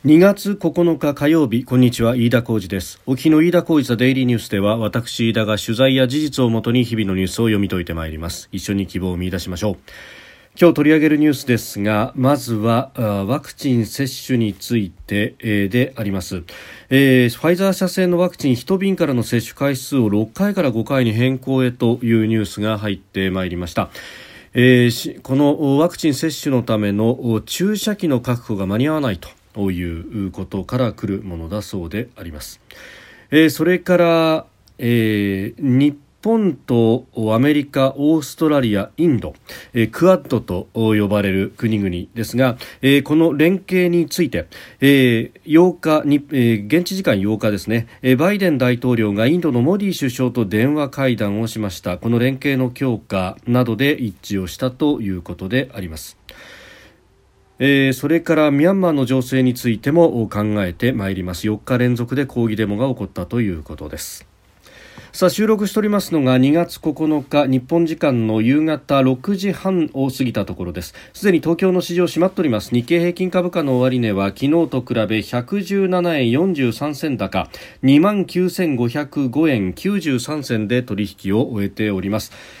2月9日火曜日、こんにちは、飯田浩司です。お聞きの飯田浩司ザデイリーニュースでは、私飯田が取材や事実をもとに日々のニュースを読み解いてまいります。一緒に希望を見出しましょう。今日取り上げるニュースですが、まずはワクチン接種について、であります。ファイザー社製のワクチン1瓶からの接種回数を6回から5回に変更へというニュースが入ってまいりました。このワクチン接種のための注射器の確保が間に合わないということから来るものだそうであります。それから、日本とアメリカ、オーストラリア、インド、クアッドと呼ばれる国々ですが、この連携について、8日に、現地時間8日ですね、バイデン大統領がインドのモディ首相と電話会談をしました。この連携の強化などで一致をしたということであります。それからミャンマーの情勢についても考えてまいります。4日連続で抗議デモが起こったということです。さあ、収録しておりますのが2月9日日本時間の夕方6時半を過ぎたところです。すでに東京の市場閉まっております。日経平均株価の終値は昨日と比べ117円43銭高 29,505 円93銭で取引を終えております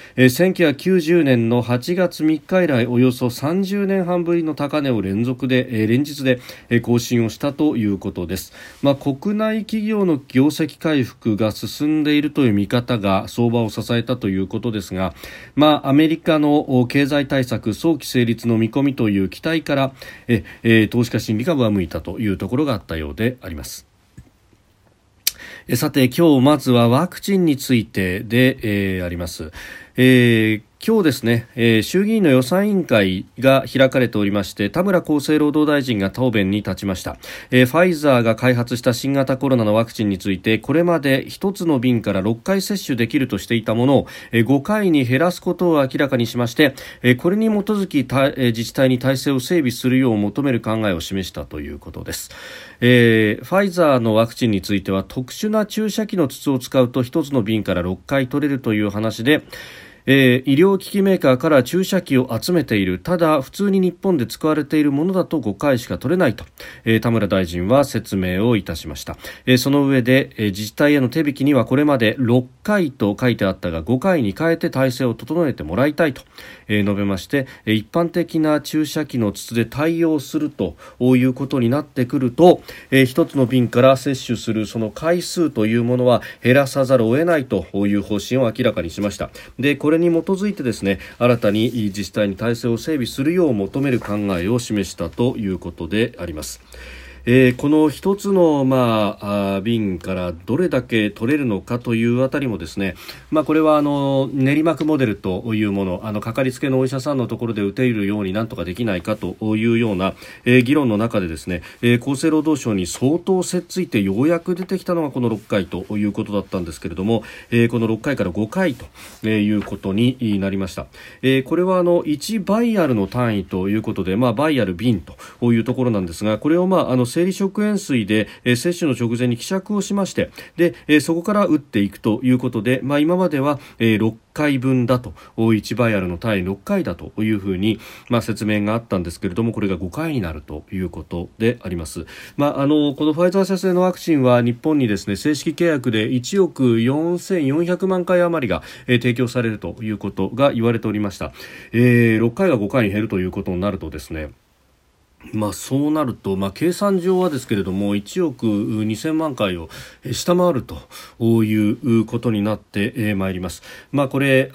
。1990年の8月3日以来およそ30年半ぶりの高値を連日で更新をしたということです。国内企業の業績回復が進んでいるという見方が相場を支えたということですが、アメリカの経済対策早期成立の見込みという期待から投資家心理株は向いたというところがあったようであります。さて、今日まずはワクチンについてで、あります。今日ですね、衆議院の予算委員会が開かれておりまして、田村厚生労働大臣が答弁に立ちました。ファイザーが開発した新型コロナのワクチンについて、これまで1つの瓶から6回接種できるとしていたものを5回に減らすことを明らかにしまして、これに基づき自治体に体制を整備するよう求める考えを示したということです。ファイザーのワクチンについては特殊な注射器の筒を使うと1つの瓶から6回取れるという話で、医療機器メーカーから注射器を集めている。ただ普通に日本で使われているものだと5回しか取れないと、田村大臣は説明をいたしました。その上で、自治体への手引きにはこれまで6回と書いてあったが5回に変えて体制を整えてもらいたいと、述べまして、一般的な注射器の筒で対応するということになってくると、一つの瓶から接種するその回数というものは減らさざるを得ないという方針を明らかにしました。で、これに基づいてですね、新たに自治体に体制を整備するよう求める考えを示したということであります。この一つの、瓶からどれだけ取れるのかというあたりもですね、これは練馬区モデルというもの、かかりつけのお医者さんのところで打てるようになんとかできないかというような、議論の中でですね、厚生労働省に相当せっついてようやく出てきたのがこの6回ということだったんですけれども、この6回から5回ということになりました。これは1バイアルの単位ということで、バイアル瓶というところなんですが、これを生理食塩水で、接種の直前に希釈をしまして、で、そこから打っていくということで、今までは、6回分だと、1バイアルの単位6回だというふうに、説明があったんですけれども、これが5回になるということであります。このファイザー社製のワクチンは日本にですね、正式契約で1億4400万回余りが、提供されるということが言われておりました。6回が5回に減るということになるとですね、そうなると、計算上はですけれども1億2000万回を下回るということになってまいります。これ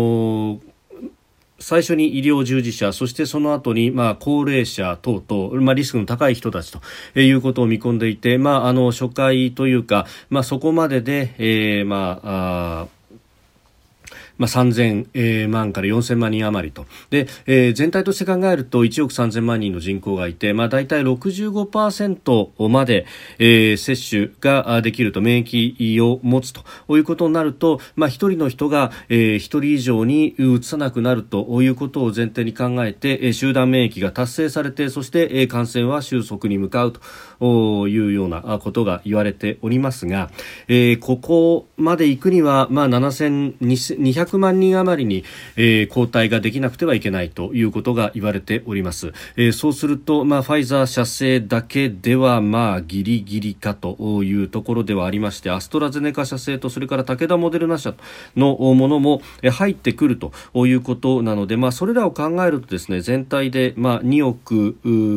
最初に医療従事者、そしてその後に高齢者等々、リスクの高い人たちということを見込んでいて、初回というか、そこまでで、3000万から4000万人余りと。で、全体として考えると1億3000万人の人口がいて、だいたい 65% まで、接種ができると、免疫を持つということになると、一人の人が、一人以上にうつさなくなるということを前提に考えて、集団免疫が達成されて、そして、感染は収束に向かうというようなことが言われておりますが、ここまで行くには、7200 200万人余りに、抗体ができなくてはいけないということが言われております。そうすると、ファイザー社製だけではギリギリかというところではありまして、アストラゼネカ社製とそれから武田モデルナ社のものも入ってくるということなので、それらを考えるとですね、全体で2億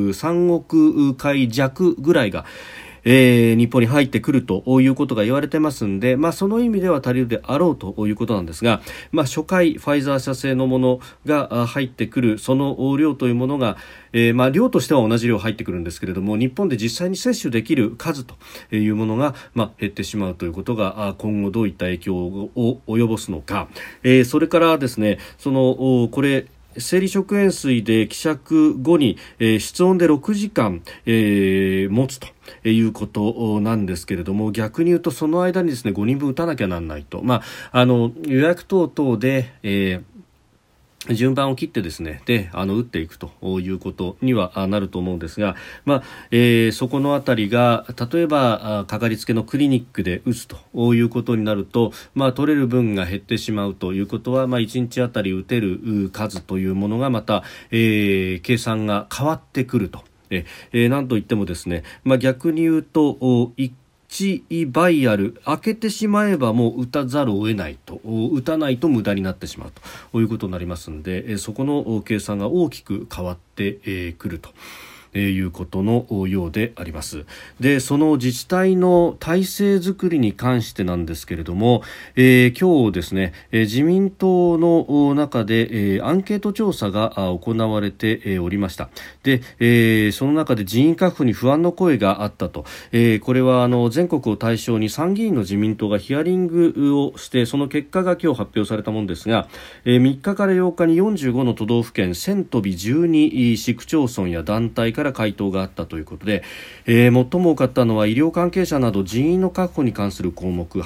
3億回弱ぐらいが日本に入ってくるということが言われてますんで、その意味では足りるであろうということなんですが、初回ファイザー社製のものが入ってくるその量というものが、量としては同じ量入ってくるんですけれども、日本で実際に接種できる数というものが、減ってしまうということが今後どういった影響を及ぼすのか、それからですね、これ生理食塩水で希釈後に、室温で6時間、持つということなんですけれども、逆に言うとその間にですね5人分打たなきゃなんないと、予約等々で、順番を切ってですね、打っていくということにはなると思うんですが、そこのあたりが例えばかかりつけのクリニックで打つということになると、取れる分が減ってしまうということは、1日あたり打てる数というものがまた、計算が変わってくると。なんといってもですね、逆に言うと1バイアル開けてしまえばもう打たざるを得ないと、打たないと無駄になってしまうということになりますので、そこの計算が大きく変わってくるということのようであります。で、その自治体の体制づくりに関してなんですけれども、今日ですね、自民党の中で、アンケート調査が行われておりました。で、その中で人員確保に不安の声があったと。これは全国を対象に参議院の自民党がヒアリングをして、その結果が今日発表されたものですが、3日から8日に45の都道府県1000とび12市区町村や団体から回答があったということで、最も多かったのは医療関係者など人員の確保に関する項目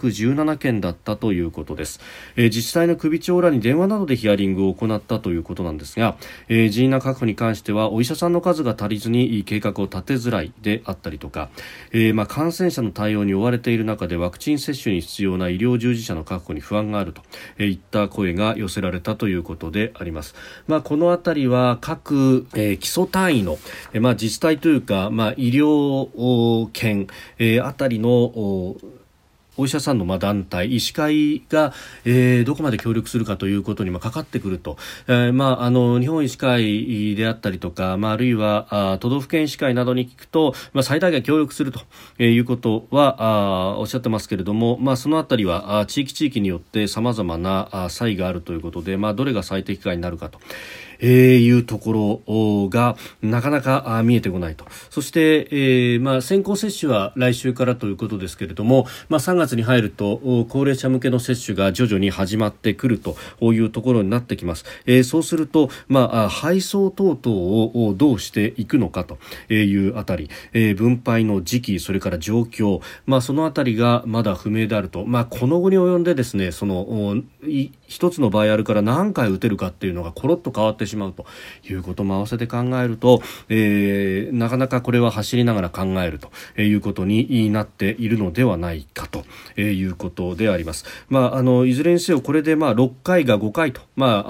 817件だったということです。自治体の首長らに電話などでヒアリングを行ったということなんですが、人員の確保に関してはお医者さんの数が足りずに計画を立てづらいであったりとか、感染者の対応に追われている中でワクチン接種に必要な医療従事者の確保に不安があるといった声が寄せられたということであります。このあたりは各、基礎単位の自治体というか、医療圏、あたりのお医者さんの団体、医師会が、どこまで協力するかということにかかってくると、日本医師会であったりとか、あるいは都道府県医師会などに聞くと、最大限協力するということはおっしゃってますけれども、そのあたりは地域によって様々な差異があるということで、どれが最適化になるかというところがなかなか見えてこないと。そして、先行接種は来週からということですけれども、3月に入ると高齢者向けの接種が徐々に始まってくるというところになってきます。そうすると、配送等々をどうしていくのかというあたり、分配の時期、それから状況、そのあたりがまだ不明であると。この後に及んでですね、一つのバイアルから何回打てるかっていうのがコロッと変わってしまうということも合わせて考えると、なかなかこれは走りながら考えるということになっているのではないかということであります。いずれにせよこれで6回が5回と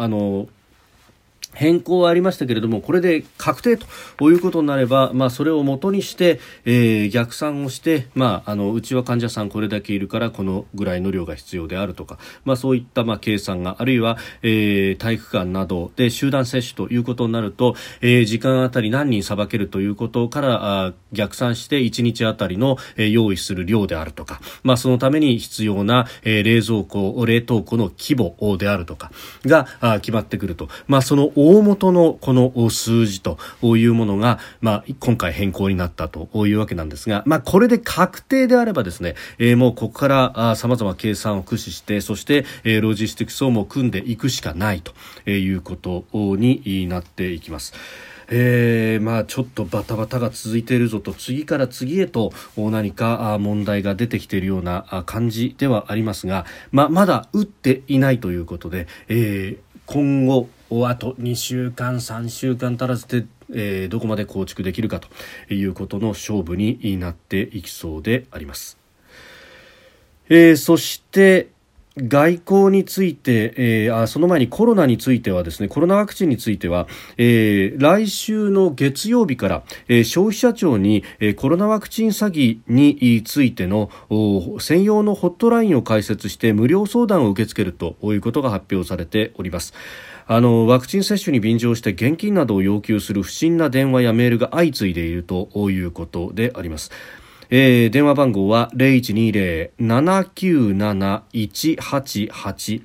変更はありましたけれども、これで確定ということになれば、それを元にして、逆算をして、うちは患者さんこれだけいるからこのぐらいの量が必要であるとか、そういった、計算が、あるいは、体育館などで集団接種ということになると、時間あたり何人さばけるということから逆算して1日あたりの、用意する量であるとか、そのために必要な、冷凍庫の規模であるとかが決まってくると、その大元のこの数字というものが、今回変更になったというわけなんですが、これで確定であればですね、もうここから様々計算を駆使して、そして、ロジスティックスをも組んでいくしかないということになっていきます。ちょっとバタバタが続いているぞと、次から次へと何か問題が出てきているような感じではありますが、まだ打っていないということで、今後あと2週間3週間足らずで、どこまで構築できるかということの勝負になっていきそうであります。そして外交について、その前にコロナについてはですね、コロナワクチンについては、来週の月曜日から、消費者庁に、コロナワクチン詐欺についての専用のホットラインを開設して無料相談を受け付けるということが発表されております。ワクチン接種に便乗して現金などを要求する不審な電話やメールが相次いでいるということであります。電話番号は 0120-797-188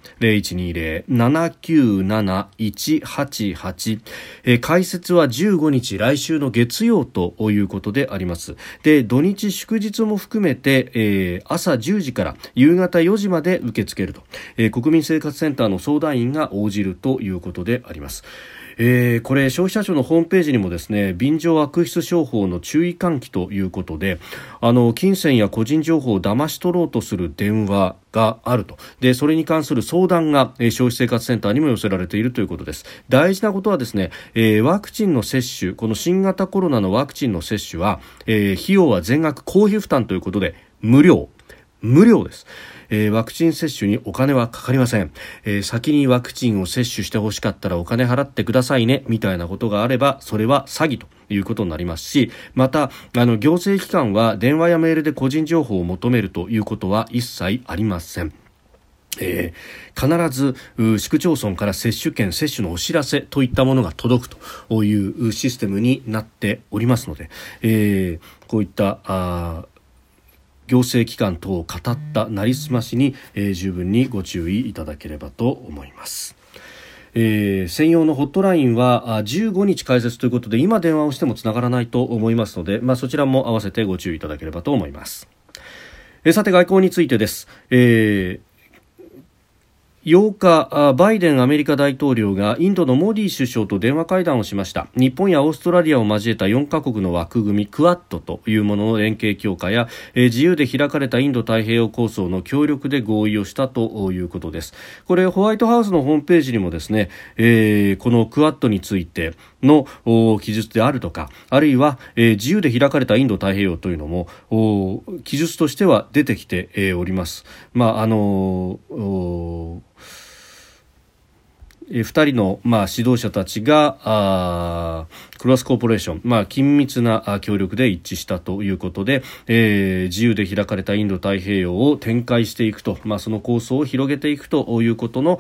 0120-797-188、開設は15日来週の月曜ということであります。で、土日祝日も含めて、朝10時から夕方4時まで受け付けると、国民生活センターの相談員が応じるということであります。これ消費者庁のホームページにもですね、便乗悪質商法の注意喚起ということで、金銭や個人情報を騙し取ろうとする電話があると。で、それに関する相談が、消費生活センターにも寄せられているということです。大事なことはですね、ワクチンの接種、この新型コロナのワクチンの接種は、費用は全額公費負担ということで無料です。ワクチン接種にお金はかかりません。先にワクチンを接種してほしかったらお金払ってくださいねみたいなことがあれば、それは詐欺ということになりますし、また行政機関は電話やメールで個人情報を求めるということは一切ありません。必ず市区町村から接種券、接種のお知らせといったものが届くというシステムになっておりますので、こういった行政機関等を語ったなりすましに、十分にご注意いただければと思います。専用のホットラインは15日開設ということで、今電話をしてもつながらないと思いますので、そちらも合わせてご注意いただければと思います。さて外交についてです。8日、バイデンアメリカ大統領がインドのモディ首相と電話会談をしました。日本やオーストラリアを交えた4カ国の枠組みクアッドというものの連携強化や、自由で開かれたインド太平洋構想の協力で合意をしたということです。これホワイトハウスのホームページにもですね、このクアッドについての記述であるとか、あるいは、自由で開かれたインド太平洋というのも記述としては出てきて、おります。2人の、指導者たちがクロスコーポレーション、緊密な協力で一致したということで、自由で開かれたインド太平洋を展開していくと、その構想を広げていくということの、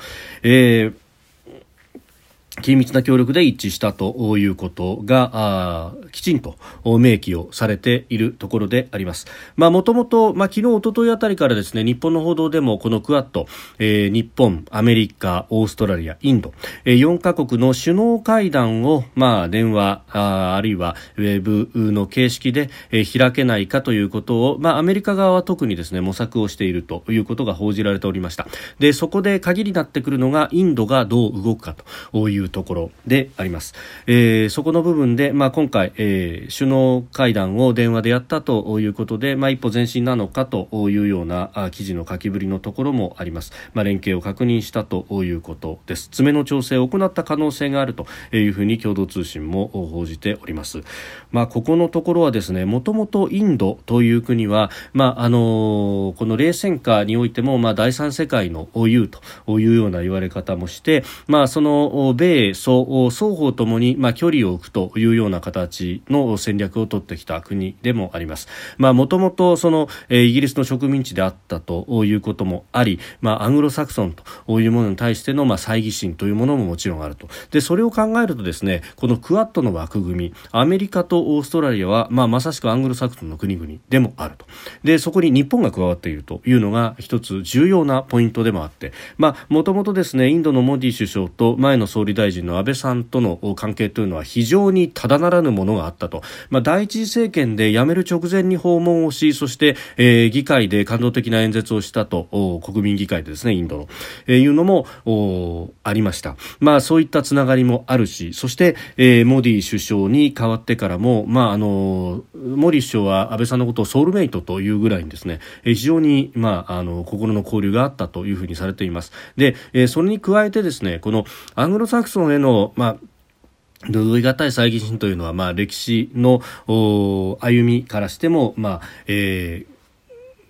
緊密な協力で一致したということがきちんと明記をされているところであります。もともと昨日一昨日あたりからですね、日本の報道でもこのクアッド、日本、アメリカ、オーストラリア、インド、4カ国の首脳会談を電話 あるいはウェブの形式で開けないかということをアメリカ側は特にですね模索をしているということが報じられておりました。で、そこで鍵になってくるのがインドがどう動くかというところであります。そこの部分で、今回、首脳会談を電話でやったということで、一歩前進なのかというような記事の書きぶりのところもあります。連携を確認したということです。詰めの調整を行った可能性があるというふうに共同通信も報じております。ここのところはですね、もともとインドという国は、この冷戦下においても、第三世界の雄というような言われ方もして、その米ソ双方ともに、距離を置くというような形の戦略を取ってきた国でもあります。もともとその、イギリスの植民地であったということもあり、アングロサクソンというものに対しての、猜疑心というものももちろんあると。で、それを考えるとですね、このクアッドの枠組み、アメリカとオーストラリアは、まさしくアングロサクソンの国々でもあると。で、そこに日本が加わっているというのが一つ重要なポイントでもあって、もともとですね、インドのモディ首相と前の総理大臣の安倍さんとの関係というのは非常にただならぬものがあったと。第一次政権で辞める直前に訪問をし、そして、議会で感動的な演説をしたと、国民議会でですね、インドの、いうのもありました。そういったつながりもあるし、そして、モディ首相に代わってからも、モディ首相は安倍さんのことをソウルメイトというぐらいにですね、非常に、心の交流があったというふうにされています。で、それに加えてですね、このアングロサクソンへの、拭い難い猜疑心というのは、歴史の歩みからしても、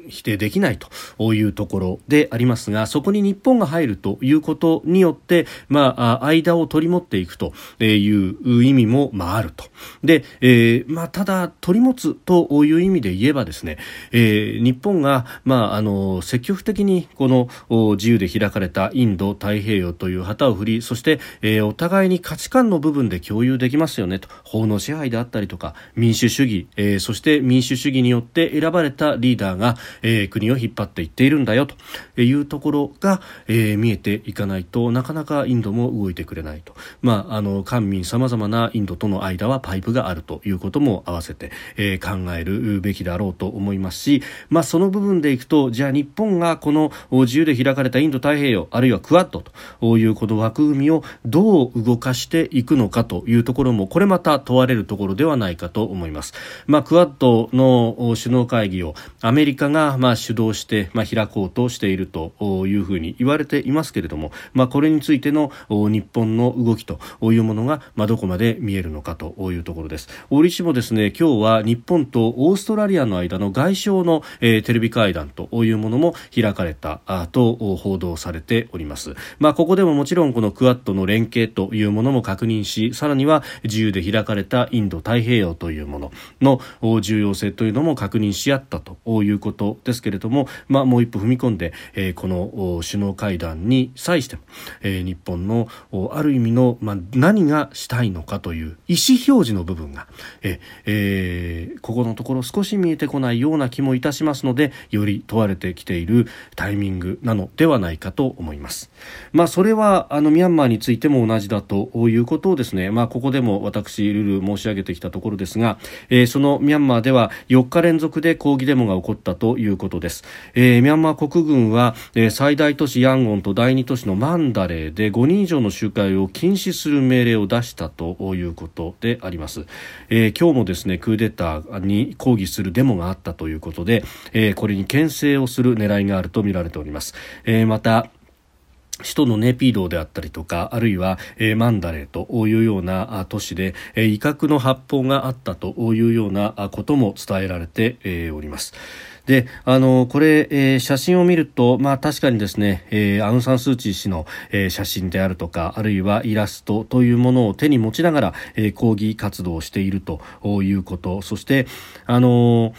否定できないというところでありますが、そこに日本が入るということによって、間を取り持っていくという意味もあると。で、ただ取り持つという意味で言えばですね、日本が、積極的にこの自由で開かれたインド太平洋という旗を振り、そして、お互いに価値観の部分で共有できますよねと、法の支配であったりとか民主主義、そして民主主義によって選ばれたリーダーが、国を引っ張っていっているんだよというところが、見えていかないとなかなかインドも動いてくれないと。官民様々なインドとの間はパイプがあるということも合わせて、考えるべきだろうと思いますし、その部分でいくと、じゃあ日本がこの自由で開かれたインド太平洋、あるいはクアッドというこの枠組みをどう動かしていくのかというところも、これまた問われるところではないかと思います。クアッドの首脳会議をアメリカが主導して、開こうとしているというふうに言われていますけれども、これについての日本の動きというものが、どこまで見えるのかというところです。折しもですね、今日は日本とオーストラリアの間の外相の、テレビ会談というものも開かれたと報道されております。ここでももちろんこのクアッドの連携というものも確認し、さらには自由で開かれたインド太平洋というものの重要性というのも確認し合ったということですけれども、もう一歩踏み込んで、この首脳会談に際しても、日本のある意味の、何がしたいのかという意思表示の部分が、ここのところ少し見えてこないような気もいたしますので、より問われてきているタイミングなのではないかと思います。それはミャンマーについても同じだということをですね、ここでも私ルール申し上げてきたところですが、そのミャンマーでは4日連続で抗議デモが起こったということです。ミャンマー国軍は、最大都市ヤンゴンと第2都市のマンダレーで5人以上の集会を禁止する命令を出したということであります。今日もですね、クーデターに抗議するデモがあったということで、これに牽制をする狙いがあると見られております。また首都のネピードであったりとか、あるいは、マンダレーというような都市で、威嚇の発砲があったというようなことも伝えられて、おります。で、これ、写真を見ると、確かにですね、アウンサンスーチー氏の、写真であるとか、あるいはイラストというものを手に持ちながら、抗議活動をしているということ、そしてヤン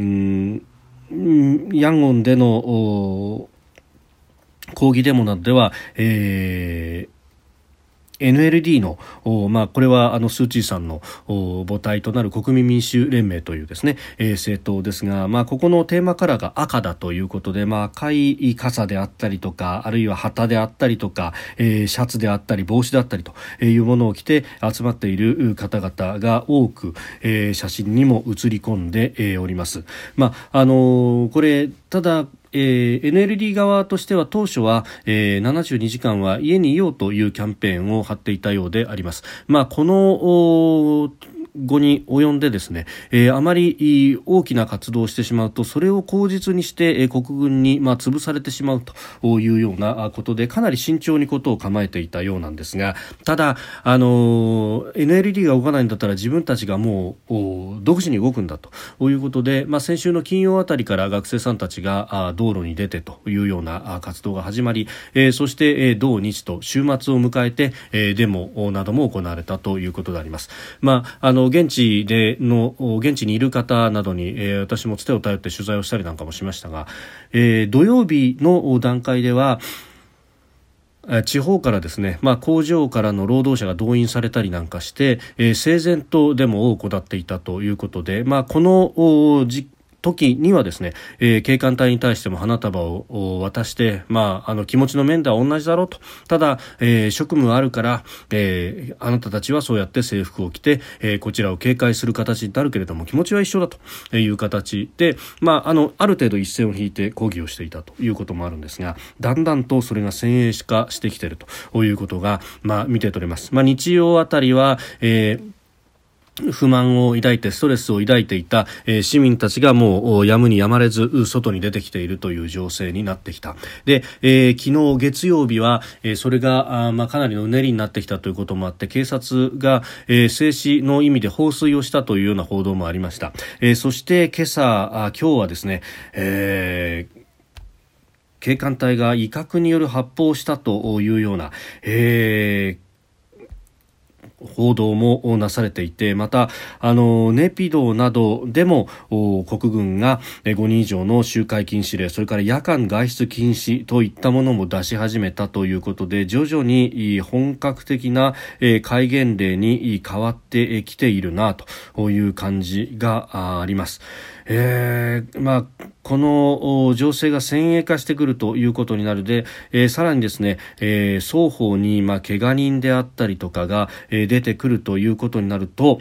ゴンでの抗議デモなどでは、NLD のこれはスーチーさんの母体となる国民民主連盟というですね、政党ですが、ここのテーマカラーが赤だということで、赤い傘であったりとか、あるいは旗であったりとか、シャツであったり帽子であったりというものを着て集まっている方々が多く、写真にも写り込んで、おります。これただNLD 側としては当初は、72時間は家にいようというキャンペーンを張っていたようであります。この後に及んでですね、あまり大きな活動をしてしまうと、それを口実にして、国軍に潰されてしまうというようなことで、かなり慎重にことを構えていたようなんですが、ただNLD が動かないんだったら自分たちがもう独自に動くんだということで、先週の金曜あたりから学生さんたちが道路に出てというような活動が始まり、そして同日と週末を迎えて、デモなども行われたということであります。現地にいる方などに、私もつてを頼って取材をしたりなんかもしましたが、土曜日の段階では地方からですね、工場からの労働者が動員されたりなんかして、整然とデモを行っていたということで、この時にはですね、警官隊に対しても花束を渡して、気持ちの面では同じだろうと。ただ、職務があるから、あなたたちはそうやって制服を着て、こちらを警戒する形になるけれども、気持ちは一緒だという形で、ある程度一線を引いて抗議をしていたということもあるんですが、だんだんとそれが先鋭化してきているということが、見て取れます。日曜あたりは、 不満を抱いてストレスを抱いていた、市民たちがもうやむにやまれず外に出てきているという情勢になってきた。で、昨日月曜日は、それがかなりのうねりになってきたということもあって警察が、制止の意味で放水をしたというような報道もありました。そして今日はですね、警官隊が威嚇による発砲をしたというような、報道もなされていて、またネピドーなどでも国軍が5人以上の集会禁止令、それから夜間外出禁止といったものも出し始めたということで、徐々に本格的な戒厳令に変わってきているなという感じがあります。この情勢が先鋭化してくるということになるで、さらにですね、双方に怪我人であったりとかが出てくるということになると、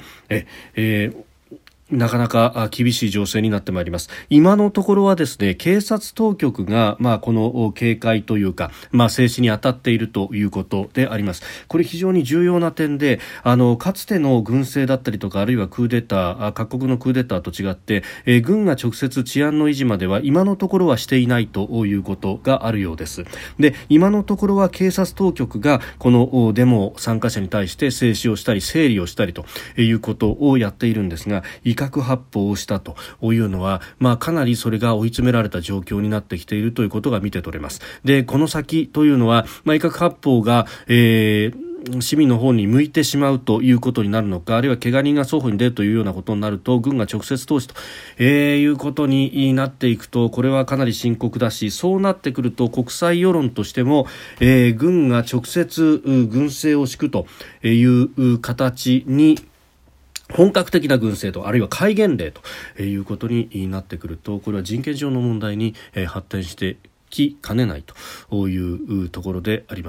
なかなか厳しい情勢になってまいります。今のところはですね、警察当局が、この警戒というか、制止に当たっているということであります。これ非常に重要な点で、かつての軍政だったりとか、あるいはクーデター、各国のクーデターと違って、軍が直接治安の維持までは今のところはしていないということがあるようです。で、今のところは警察当局がこのデモ参加者に対して制止をしたり整理をしたりということをやっているんですが、威嚇発砲をしたというのは、かなりそれが追い詰められた状況になってきているということが見て取れます。で、この先というのは、威嚇発砲が、市民の方に向いてしまうということになるのか、あるいは怪我人が双方に出るというようなことになると、軍が直接投資と、いうことになっていくと、これはかなり深刻だし、そうなってくると国際世論としても、軍が直接軍政を敷くという形に本格的な軍政と、あるいは戒厳令ということになってくると、これは人権上の問題に発展してきかねないというところであります。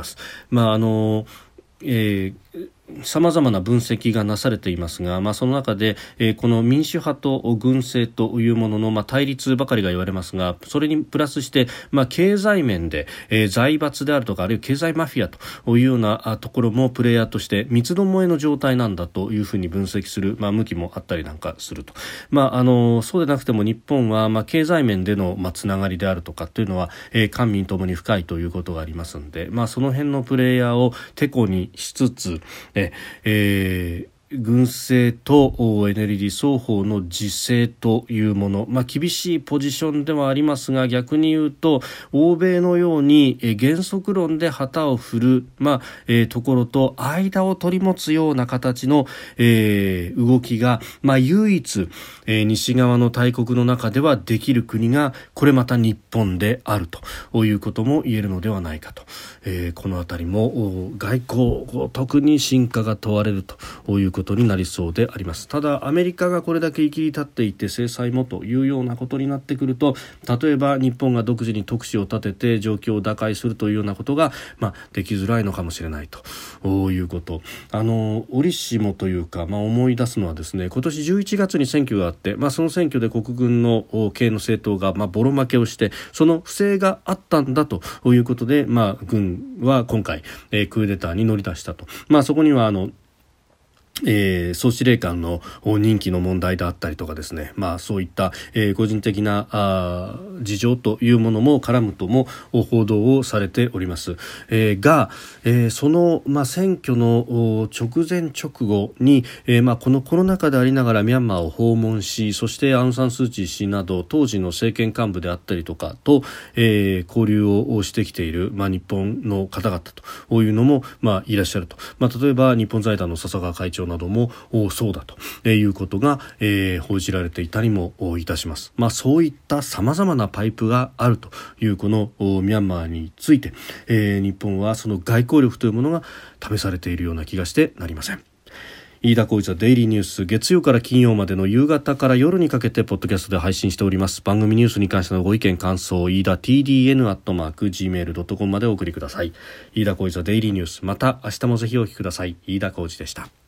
様々な分析がなされていますが、その中で、この民主派と軍政というものの、対立ばかりが言われますが、それにプラスして、経済面で、財閥であるとか、あるいは経済マフィアというようなところもプレイヤーとして三つどもえの状態なんだというふうに分析する、向きもあったりなんかすると。そうでなくても日本は、経済面での、つながりであるとかというのは、官民ともに深いということがありますので、その辺のプレイヤーをテコにしつつ、軍政とエネルギー双方の自制というもの、厳しいポジションではありますが、逆に言うと欧米のように原則論で旗を振る、ところと間を取り持つような形の、動きが、唯一、西側の大国の中ではできる国がこれまた日本であるということも言えるのではないかと、このあたりも外交特に真価が問われるということになりそうであります。ただアメリカがこれだけ生きり立っていて制裁もというようなことになってくると、例えば日本が独自に特使を立てて状況を打開するというようなことが、できづらいのかもしれないということ。折しもというか、思い出すのはですね、今年11月に選挙があって、その選挙で国軍の系の政党が、ボロ負けをして、その不正があったんだということで、軍は今回、クーデターに乗り出したと。そこには総司令官の任期の問題であったりとかですね、そういった、個人的な事情というものも絡むとも報道をされております。が、その、選挙の直前直後に、このコロナ禍でありながらミャンマーを訪問し、そしてアウン・サン・スー・チー氏など当時の政権幹部であったりとかと、交流をしてきている、日本の方々というのも、いらっしゃると。例えば日本財団の笹川会長などもそうだということが、報じられていたりもいたします。そういった様々なパイプがあるというこのミャンマーについて、日本はその外交力というものが試されているような気がしてなりません。飯田浩司のデイリーニュース、月曜から金曜までの夕方から夜にかけてポッドキャストで配信しております。番組ニュースに関してのご意見感想、飯田 TDN@gmail.com までお送りください。飯田浩司のデイリーニュース、また明日もぜひお聞きください。飯田浩司でした。